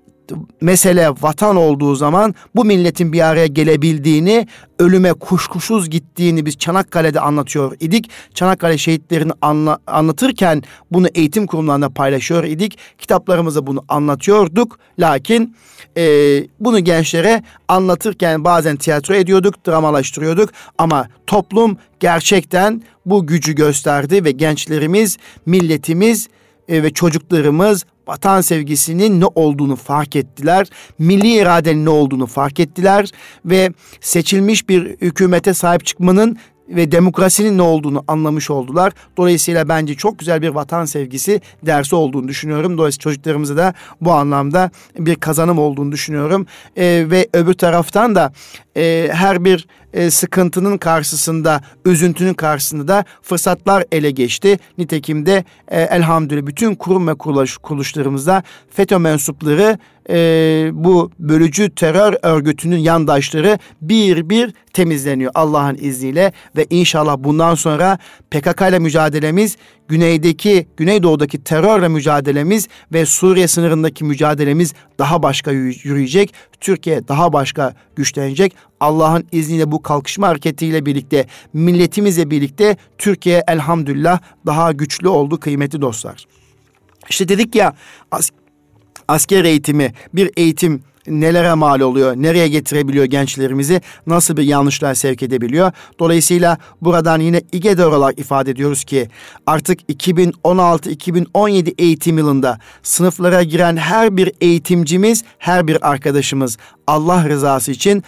mesele vatan olduğu zaman bu milletin bir araya gelebildiğini, ölüme kuşkusuz gittiğini biz Çanakkale'de anlatıyor idik. Çanakkale şehitlerini anlatırken bunu eğitim kurumlarında paylaşıyor idik. Kitaplarımızda bunu anlatıyorduk. Lakin bunu gençlere anlatırken bazen tiyatro ediyorduk, dramalaştırıyorduk. Ama toplum gerçekten bu gücü gösterdi ve gençlerimiz, milletimiz ve çocuklarımız vatan sevgisinin ne olduğunu fark ettiler. Milli iradenin ne olduğunu fark ettiler ve seçilmiş bir hükümete sahip çıkmanın ve demokrasinin ne olduğunu anlamış oldular. Dolayısıyla bence çok güzel bir vatan sevgisi dersi olduğunu düşünüyorum. Dolayısıyla çocuklarımıza da bu anlamda bir kazanım olduğunu düşünüyorum. Ve öbür taraftan da her bir sıkıntının karşısında, üzüntünün karşısında da fırsatlar ele geçti. Nitekim de elhamdülillah bütün kurum ve kuruluşlarımızda FETÖ mensupları, bu bölücü terör örgütünün yandaşları bir bir temizleniyor Allah'ın izniyle ve inşallah bundan sonra PKK ile mücadelemiz, Güneydoğu'daki terörle mücadelemiz ve Suriye sınırındaki mücadelemiz daha başka yürüyecek. Türkiye daha başka güçlenecek. Allah'ın izniyle bu kalkışma hareketiyle birlikte, milletimizle birlikte Türkiye elhamdülillah daha güçlü oldu kıymetli dostlar. İşte dedik ya, asker eğitimi bir eğitim nelere mal oluyor, nereye getirebiliyor gençlerimizi, nasıl bir yanlışlığa sevk edebiliyor. Dolayısıyla buradan yine İGEDER olarak ifade ediyoruz ki artık 2016-2017 eğitim yılında sınıflara giren her bir eğitimcimiz, her bir arkadaşımız Allah rızası için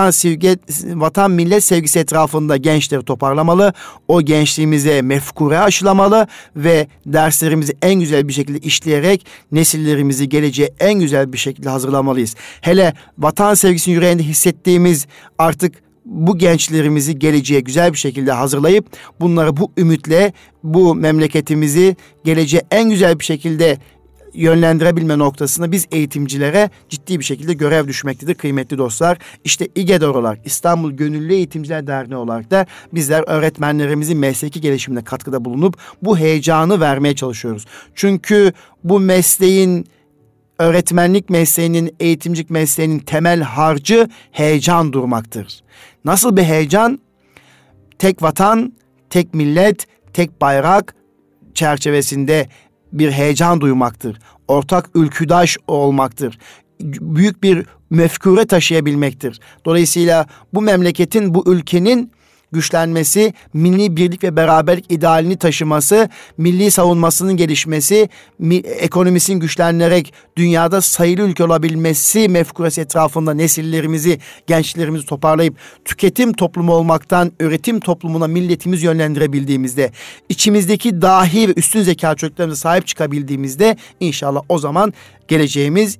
vatan millet sevgisi etrafında gençleri toparlamalı, o gençliğimize mefkure aşılamalı ve derslerimizi en güzel bir şekilde işleyerek nesillerimizi geleceğe en güzel bir şekilde hazırlamalıyız. Hele vatan sevgisini yüreğinde hissettiğimiz artık bu gençlerimizi geleceğe güzel bir şekilde hazırlayıp bunları bu ümitle bu memleketimizi geleceğe en güzel bir şekilde yönlendirebilme noktasında biz eğitimcilere ciddi bir şekilde görev düşmektedir kıymetli dostlar. İşte İGEDER olarak, İstanbul Gönüllü Eğitimciler Derneği olarak da bizler öğretmenlerimizin mesleki gelişimine katkıda bulunup bu heyecanı vermeye çalışıyoruz. Çünkü bu mesleğin, öğretmenlik mesleğinin, eğitimcilik mesleğinin temel harcı heyecan durmaktır. Nasıl bir heyecan? Tek vatan, tek millet, tek bayrak çerçevesinde bir heyecan duymaktır. Ortak ülküdaş olmaktır. Büyük bir mefkure taşıyabilmektir. Dolayısıyla bu memleketin, bu ülkenin güçlenmesi, milli birlik ve beraberlik idealini taşıması, milli savunmasının gelişmesi, ekonomisinin güçlenerek dünyada sayılı ülke olabilmesi mefkuresi etrafında nesillerimizi, gençlerimizi toparlayıp tüketim toplumu olmaktan üretim toplumuna milletimizi yönlendirebildiğimizde, içimizdeki dahi ve üstün zeka çocuklarımıza sahip çıkabildiğimizde inşallah o zaman geleceğimiz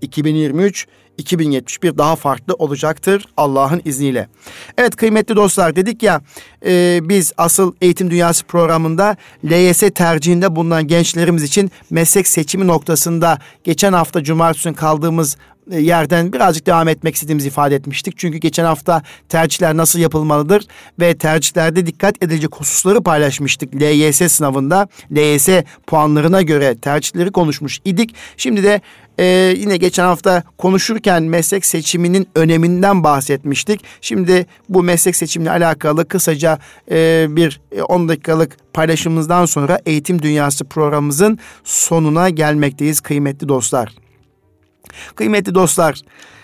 2023-2071 daha farklı olacaktır Allah'ın izniyle. Evet kıymetli dostlar, dedik ya biz asıl Eğitim Dünyası programında LYS tercihinde bulunan gençlerimiz için meslek seçimi noktasında geçen hafta cumartesi günü kaldığımız yerden birazcık devam etmek istediğimizi ifade etmiştik. Çünkü geçen hafta tercihler nasıl yapılmalıdır ve tercihlerde dikkat edilecek hususları paylaşmıştık. LYS sınavında LYS puanlarına göre tercihleri konuşmuş idik. Şimdi de yine geçen hafta konuşurken meslek seçiminin öneminden bahsetmiştik. Şimdi bu meslek seçimle alakalı kısaca bir 10 dakikalık paylaşımımızdan sonra Eğitim Dünyası programımızın sonuna gelmekteyiz kıymetli dostlar. Kıymetli dostlar,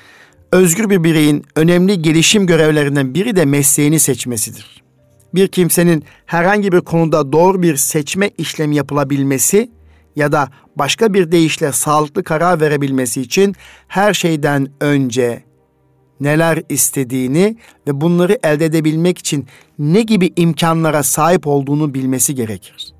özgür bir bireyin önemli gelişim görevlerinden biri de mesleğini seçmesidir. Bir kimsenin herhangi bir konuda doğru bir seçme işlemi yapılabilmesi ya da başka bir deyişle sağlıklı karar verebilmesi için her şeyden önce neler istediğini ve bunları elde edebilmek için ne gibi imkanlara sahip olduğunu bilmesi gerekir.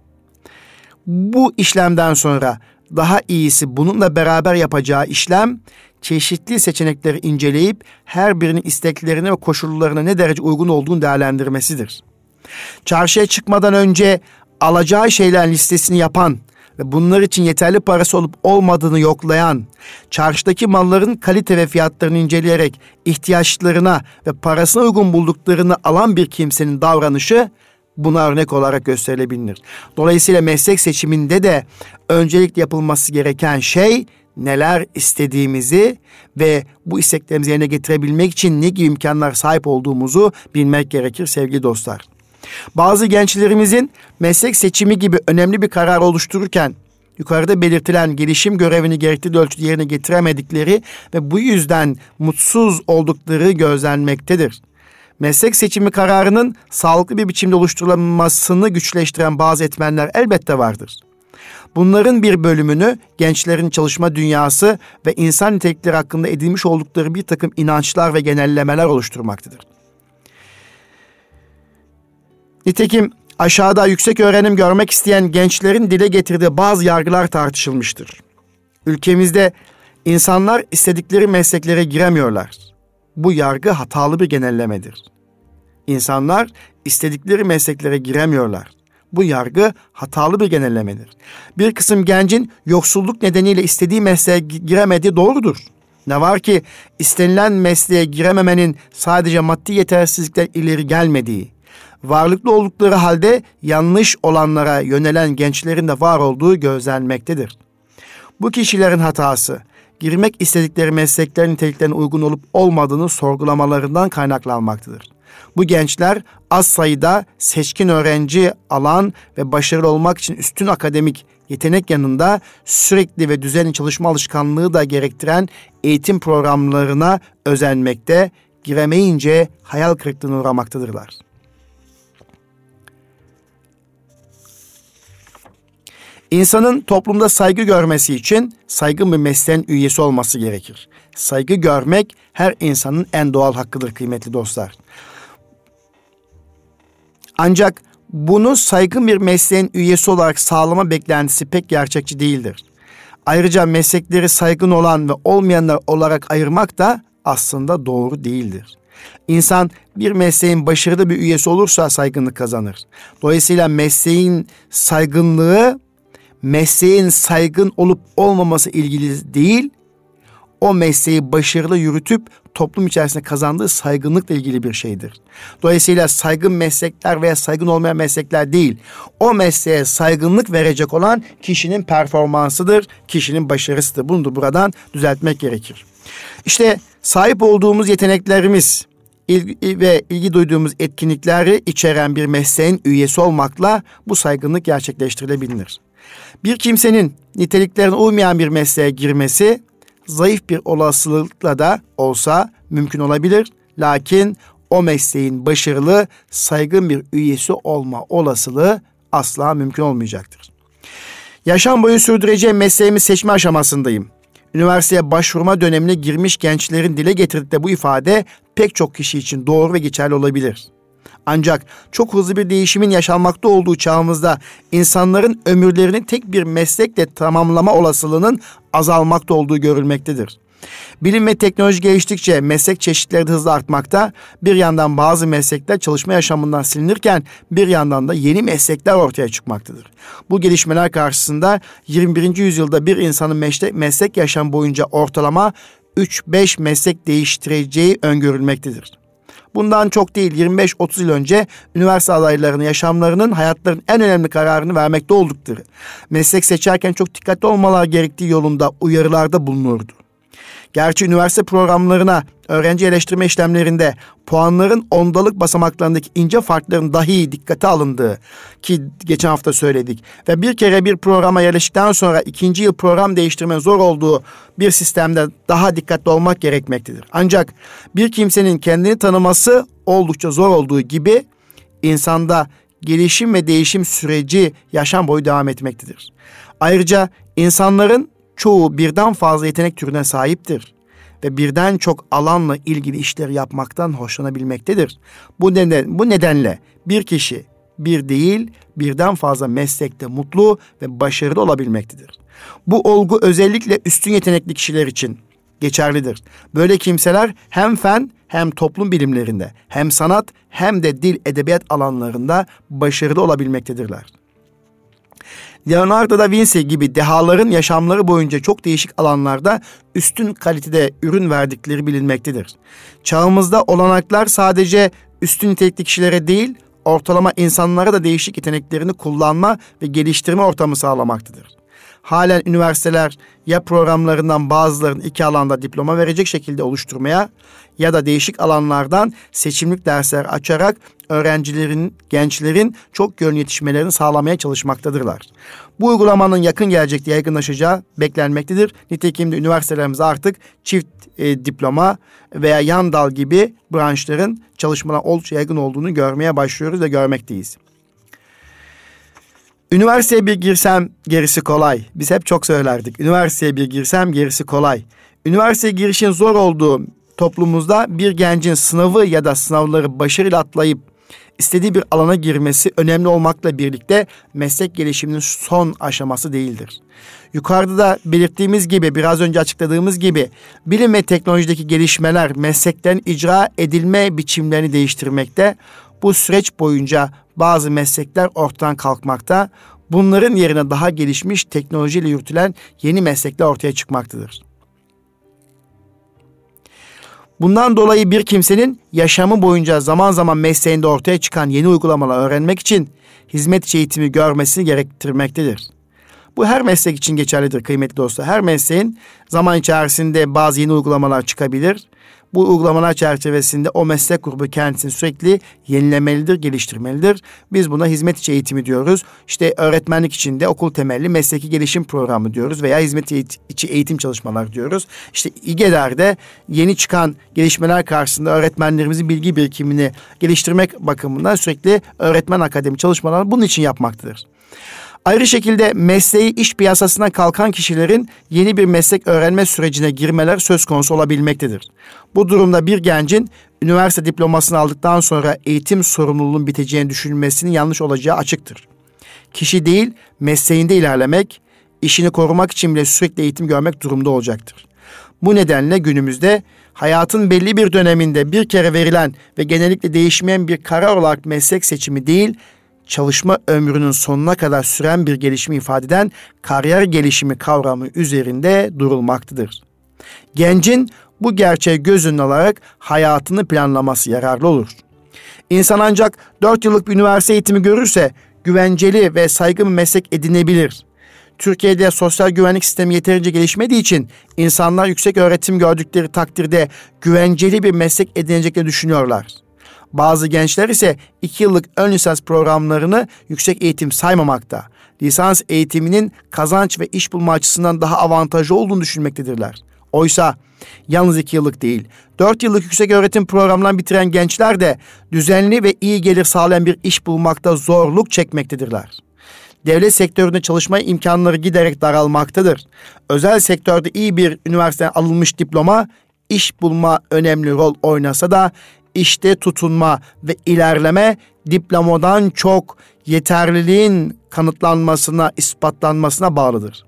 Bu işlemden sonra daha iyisi bununla beraber yapacağı işlem çeşitli seçenekleri inceleyip her birinin isteklerine ve koşullarına ne derece uygun olduğunu değerlendirmesidir. Çarşıya çıkmadan önce alacağı şeylerin listesini yapan ve bunlar için yeterli parası olup olmadığını yoklayan, çarşıdaki malların kalite ve fiyatlarını inceleyerek ihtiyaçlarına ve parasına uygun bulduklarını alan bir kimsenin davranışı buna örnek olarak gösterilebilir. Dolayısıyla meslek seçiminde de öncelikle yapılması gereken şey neler istediğimizi ve bu isteklerimizi yerine getirebilmek için ne gibi imkanlar sahip olduğumuzu bilmek gerekir sevgili dostlar. Bazı gençlerimizin meslek seçimi gibi önemli bir karar oluştururken yukarıda belirtilen gelişim görevini gerektiği ölçüde yerine getiremedikleri ve bu yüzden mutsuz oldukları gözlenmektedir. Meslek seçimi kararının sağlıklı bir biçimde oluşturulmasını güçleştiren bazı etmenler elbette vardır. Bunların bir bölümünü gençlerin çalışma dünyası ve insan nitelikleri hakkında edinmiş oldukları bir takım inançlar ve genellemeler oluşturmaktadır. Nitekim aşağıda yüksek öğrenim görmek isteyen gençlerin dile getirdiği bazı yargılar tartışılmıştır. Ülkemizde insanlar istedikleri mesleklere giremiyorlar. Bu yargı hatalı bir genellemedir. İnsanlar istedikleri mesleklere giremiyorlar. Bu yargı hatalı bir genellemedir. Bir kısım gencin yoksulluk nedeniyle istediği mesleğe giremediği doğrudur. Ne var ki istenilen mesleğe girememenin sadece maddi yetersizlikler ileri gelmediği, varlıklı oldukları halde yanlış olanlara yönelen gençlerin de var olduğu gözlenmektedir. Bu kişilerin hatası, girmek istedikleri mesleklerin niteliklerine uygun olup olmadığını sorgulamalarından kaynaklanmaktadır. Bu gençler az sayıda seçkin öğrenci alan ve başarılı olmak için üstün akademik yetenek yanında sürekli ve düzenli çalışma alışkanlığı da gerektiren eğitim programlarına özenmekte, giremeyince hayal kırıklığına uğramaktadırlar. İnsanın toplumda saygı görmesi için saygın bir mesleğin üyesi olması gerekir. Saygı görmek her insanın en doğal hakkıdır kıymetli dostlar. Ancak bunu saygın bir mesleğin üyesi olarak sağlama beklentisi pek gerçekçi değildir. Ayrıca meslekleri saygın olan ve olmayanlar olarak ayırmak da aslında doğru değildir. İnsan bir mesleğin başarılı bir üyesi olursa saygınlık kazanır. Dolayısıyla mesleğin saygınlığı, mesleğin saygın olup olmaması ilgili değil, o mesleği başarılı yürütüp toplum içerisinde kazandığı saygınlıkla ilgili bir şeydir. Dolayısıyla saygın meslekler veya saygın olmayan meslekler değil, o mesleğe saygınlık verecek olan kişinin performansıdır, kişinin başarısıdır. Bunu da buradan düzeltmek gerekir. İşte sahip olduğumuz yeteneklerimiz ve ilgi duyduğumuz etkinlikleri içeren bir mesleğin üyesi olmakla bu saygınlık gerçekleştirilebilir. Bir kimsenin niteliklerine uymayan bir mesleğe girmesi zayıf bir olasılıkla da olsa mümkün olabilir. Lakin o mesleğin başarılı, saygın bir üyesi olma olasılığı asla mümkün olmayacaktır. Yaşam boyu sürdüreceğim mesleğimi seçme aşamasındayım. Üniversiteye başvurma dönemine girmiş gençlerin dile getirdikleri bu ifade pek çok kişi için doğru ve geçerli olabilir. Ancak çok hızlı bir değişimin yaşanmakta olduğu çağımızda insanların ömürlerini tek bir meslekle tamamlama olasılığının azalmakta olduğu görülmektedir. Bilim ve teknoloji geliştikçe meslek çeşitleri de hızla artmakta, bir yandan bazı meslekler çalışma yaşamından silinirken bir yandan da yeni meslekler ortaya çıkmaktadır. Bu gelişmeler karşısında 21. yüzyılda bir insanın meslek yaşam boyunca ortalama 3-5 meslek değiştireceği öngörülmektedir. Bundan çok değil 25-30 yıl önce üniversite adaylarının yaşamlarının hayatlarının en önemli kararını vermekte oldukları, meslek seçerken çok dikkatli olmaları gerektiği yolunda uyarılarda bulunurdu. Gerçi üniversite programlarına öğrenci eleştirme işlemlerinde puanların ondalık basamaklarındaki ince farkların dahi dikkate alındığı ki geçen hafta söyledik ve bir kere bir programa yerleştikten sonra ikinci yıl program değiştirme zor olduğu bir sistemde daha dikkatli olmak gerekmektedir. Ancak bir kimsenin kendini tanıması oldukça zor olduğu gibi insanda gelişim ve değişim süreci yaşam boyu devam etmektedir. Ayrıca insanların çoğu birden fazla yetenek türüne sahiptir ve birden çok alanla ilgili işleri yapmaktan hoşlanabilmektedir. Bu nedenle bir kişi bir değil birden fazla meslekte mutlu ve başarılı olabilmektedir. Bu olgu özellikle üstün yetenekli kişiler için geçerlidir. Böyle kimseler hem fen hem toplum bilimlerinde hem sanat hem de dil edebiyat alanlarında başarılı olabilmektedirler. Leonardo da Vinci gibi dehaların yaşamları boyunca çok değişik alanlarda üstün kalitede ürün verdikleri bilinmektedir. Çağımızda olanaklar sadece üstün nitelikli kişilere değil, ortalama insanlara da değişik yeteneklerini kullanma ve geliştirme ortamı sağlamaktadır. Halen üniversiteler ya programlarından bazılarını iki alanda diploma verecek şekilde oluşturmaya ya da değişik alanlardan seçimlik dersler açarak öğrencilerin, gençlerin çok yönlü yetişmelerini sağlamaya çalışmaktadırlar. Bu uygulamanın yakın gelecekte yaygınlaşacağı beklenmektedir. Nitekim de üniversitelerimiz artık çift diploma veya yan dal gibi branşların çalışmalar oldukça yaygın olduğunu görmeye başlıyoruz ve görmekteyiz. Üniversiteye bir girsem gerisi kolay. Biz hep çok söylerdik. Üniversiteye bir girsem gerisi kolay. Üniversiteye girişin zor olduğu toplumumuzda bir gencin sınavı ya da sınavları başarıyla atlayıp istediği bir alana girmesi önemli olmakla birlikte meslek gelişiminin son aşaması değildir. Yukarıda da belirttiğimiz gibi, biraz önce açıkladığımız gibi bilim ve teknolojideki gelişmeler meslekten icra edilme biçimlerini değiştirmekte. Bu süreç boyunca bazı meslekler ortadan kalkmakta. Bunların yerine daha gelişmiş teknolojiyle yürütülen yeni meslekler ortaya çıkmaktadır. Bundan dolayı bir kimsenin yaşamı boyunca zaman zaman mesleğinde ortaya çıkan yeni uygulamalar öğrenmek için hizmet eğitimi görmesini gerektirmektedir. Bu her meslek için geçerlidir kıymetli dostlar. Her mesleğin zaman içerisinde bazı yeni uygulamalar çıkabilir. Bu uygulamalar çerçevesinde o meslek grubu kendisini sürekli yenilemelidir, geliştirmelidir. Biz buna hizmet içi eğitimi diyoruz. İşte öğretmenlik için de okul temelli mesleki gelişim programı diyoruz veya hizmet içi eğitim çalışmalar diyoruz. İşte İGEDER'de yeni çıkan gelişmeler karşısında öğretmenlerimizin bilgi birikimini geliştirmek bakımından sürekli öğretmen akademi çalışmalarını bunun için yapmaktadır. Ayrı şekilde mesleği iş piyasasına kalkan kişilerin yeni bir meslek öğrenme sürecine girmeler söz konusu olabilmektedir. Bu durumda bir gencin üniversite diplomasını aldıktan sonra eğitim sorumluluğunun biteceğini düşünmesinin yanlış olacağı açıktır. Kişi değil, mesleğinde ilerlemek, işini korumak için bile sürekli eğitim görmek durumda olacaktır. Bu nedenle günümüzde hayatın belli bir döneminde bir kere verilen ve genellikle değişmeyen bir karar olarak meslek seçimi değil, çalışma ömrünün sonuna kadar süren bir gelişimi ifade eden kariyer gelişimi kavramı üzerinde durulmaktadır. Gencin bu gerçeği göz önüne alarak hayatını planlaması yararlı olur. İnsan ancak 4 yıllık bir üniversite eğitimi görürse güvenceli ve saygın bir meslek edinebilir. Türkiye'de sosyal güvenlik sistemi yeterince gelişmediği için insanlar yüksek öğretim gördükleri takdirde güvenceli bir meslek edineceklerini düşünüyorlar. Bazı gençler ise 2 yıllık ön lisans programlarını yüksek eğitim saymamakta. Lisans eğitiminin kazanç ve iş bulma açısından daha avantajlı olduğunu düşünmektedirler. Oysa yalnız 2 yıllık değil, 4 yıllık yüksek öğretim programlarını bitiren gençler de düzenli ve iyi gelir sağlayan bir iş bulmakta zorluk çekmektedirler. Devlet sektöründe çalışma imkanları giderek daralmaktadır. Özel sektörde iyi bir üniversiteden alınmış diploma, iş bulma önemli rol oynasa da işte tutunma ve ilerleme diplomadan çok yeterliliğin kanıtlanmasına, ispatlanmasına bağlıdır.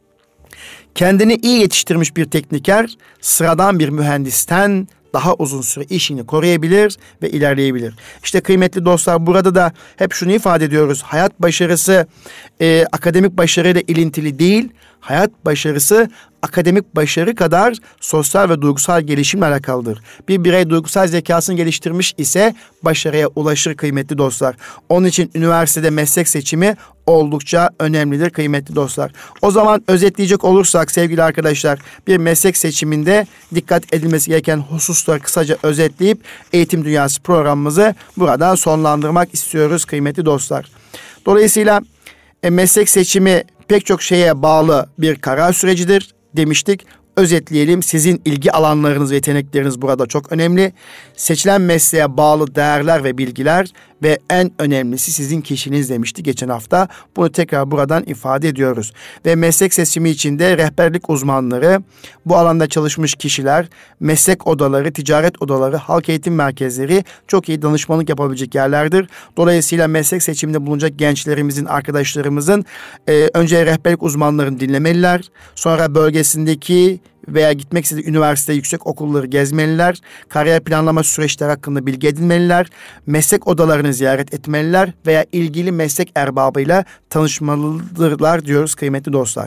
Kendini iyi yetiştirmiş bir tekniker, sıradan bir mühendisten daha uzun süre işini koruyabilir ve ilerleyebilir. İşte kıymetli dostlar, burada da hep şunu ifade ediyoruz. Hayat başarısı akademik başarıyla ilintili değil, hayat başarısı akademik başarı kadar sosyal ve duygusal gelişimle alakalıdır. Bir birey duygusal zekasını geliştirmiş ise başarıya ulaşır kıymetli dostlar. Onun için üniversitede meslek seçimi oldukça önemlidir kıymetli dostlar. O zaman özetleyecek olursak sevgili arkadaşlar, bir meslek seçiminde dikkat edilmesi gereken hususları kısaca özetleyip eğitim dünyası programımızı burada sonlandırmak istiyoruz kıymetli dostlar. Dolayısıyla meslek seçimi pek çok şeye bağlı bir karar sürecidir demiştik. Özetleyelim, sizin ilgi alanlarınız ve yetenekleriniz burada çok önemli. Seçilen mesleğe bağlı değerler ve bilgiler ve en önemlisi sizin kişiliğiniz demişti geçen hafta. Bunu tekrar buradan ifade ediyoruz. Ve meslek seçimi içinde rehberlik uzmanları, bu alanda çalışmış kişiler, meslek odaları, ticaret odaları, halk eğitim merkezleri çok iyi danışmanlık yapabilecek yerlerdir. Dolayısıyla meslek seçiminde bulunacak gençlerimizin, arkadaşlarımızın önce rehberlik uzmanlarını dinlemeliler. Sonra bölgesindeki veya gitmek istediği üniversite, yüksek okulları gezmeliler. Kariyer planlama süreçleri hakkında bilgi edinmeliler. Meslek odalarını ziyaret etmeliler veya ilgili meslek erbabıyla tanışmalıdırlar diyoruz kıymetli dostlar.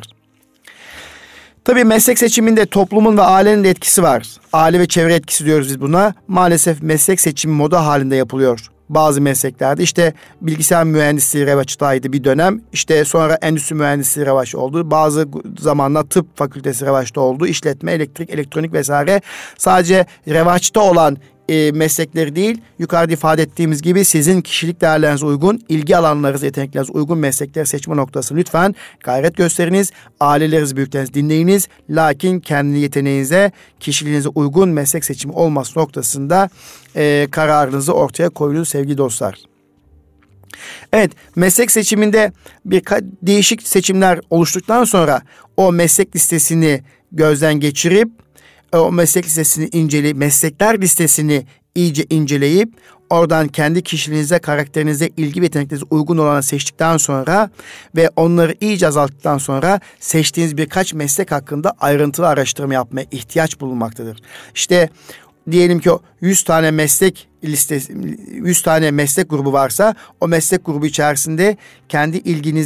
Tabii meslek seçiminde toplumun ve ailenin de etkisi var. Aile ve çevre etkisi diyoruz biz buna. Maalesef meslek seçimi moda halinde yapılıyor. Bazı mesleklerde işte bilgisayar mühendisliği revaçtaydı bir dönem. İşte sonra endüstri mühendisliği revaç oldu. Bazı zamanlar tıp fakültesi revaçta oldu. İşletme, elektrik, elektronik vesaire. Sadece revaçta olan meslekleri değil, yukarıda ifade ettiğimiz gibi sizin kişilik değerlerinize uygun, ilgi alanlarınıza, yeteneklerinize uygun meslekleri seçme noktası lütfen gayret gösteriniz. Ailelerinizi, büyüklerinizi dinleyiniz. Lakin kendi yeteneğinize, kişiliğinize uygun meslek seçimi olması noktasında kararınızı ortaya koyunuz sevgili dostlar. Evet, meslek seçiminde değişik seçimler oluştuktan sonra o meslek listesini gözden geçirip o meslek listesini meslekler listesini iyice inceleyip oradan kendi kişiliğinize, karakterinize, ilgi ve yeteneklerinize uygun olanı seçtikten sonra ve onları iyice azalttıktan sonra seçtiğiniz birkaç meslek hakkında ayrıntılı araştırma yapmaya ihtiyaç bulunmaktadır. İşte diyelim ki 100 tane meslek listesi, 100 tane meslek grubu varsa o meslek grubu içerisinde kendi ilginize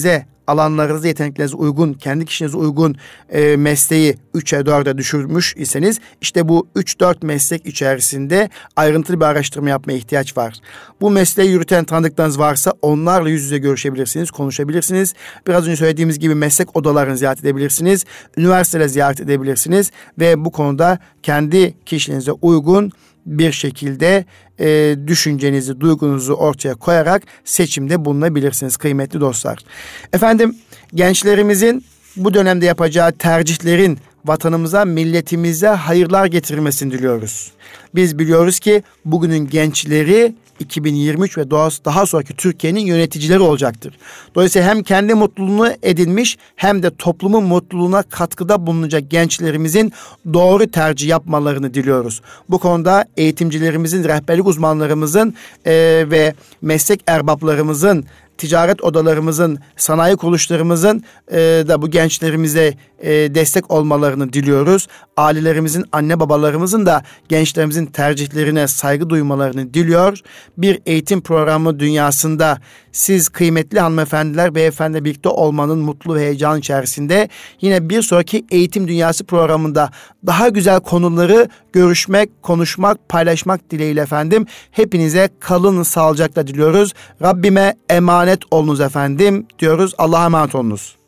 alanlarınızda yeteneklerinize uygun, kendi kişinize uygun mesleği 3'e 4'e düşürmüş iseniz işte bu 3-4 meslek içerisinde ayrıntılı bir araştırma yapmaya ihtiyaç var. Bu mesleği yürüten tanıdıklarınız varsa onlarla yüz yüze görüşebilirsiniz, konuşabilirsiniz. Biraz önce söylediğimiz gibi meslek odalarını ziyaret edebilirsiniz, üniversiteleri ziyaret edebilirsiniz ve bu konuda kendi kişiliğinize uygun bir şekilde düşüncenizi, duygunuzu ortaya koyarak seçimde bulunabilirsiniz kıymetli dostlar. Efendim, gençlerimizin bu dönemde yapacağı tercihlerin vatanımıza, milletimize hayırlar getirmesini diliyoruz. Biz biliyoruz ki bugünün gençleri 2023 ve daha sonraki Türkiye'nin yöneticileri olacaktır. Dolayısıyla hem kendi mutluluğunu edinmiş hem de toplumun mutluluğuna katkıda bulunacak gençlerimizin doğru tercih yapmalarını diliyoruz. Bu konuda eğitimcilerimizin, rehberlik uzmanlarımızın ve meslek erbaplarımızın, ticaret odalarımızın, sanayi kuruluşlarımızın da bu gençlerimize destek olmalarını diliyoruz. Ailelerimizin, anne babalarımızın da gençlerimizin tercihlerine saygı duymalarını diliyor. Bir eğitim programı dünyasında siz kıymetli hanımefendiler, beyefendiler birlikte olmanın mutlu ve heyecan içerisinde yine bir sonraki eğitim dünyası programında daha güzel konuları görüşmek, konuşmak, paylaşmak dileğiyle efendim. Hepinize kalın sağlıcakla diliyoruz. Rabbime emanet olunuz efendim diyoruz. Allah'a emanet olunuz.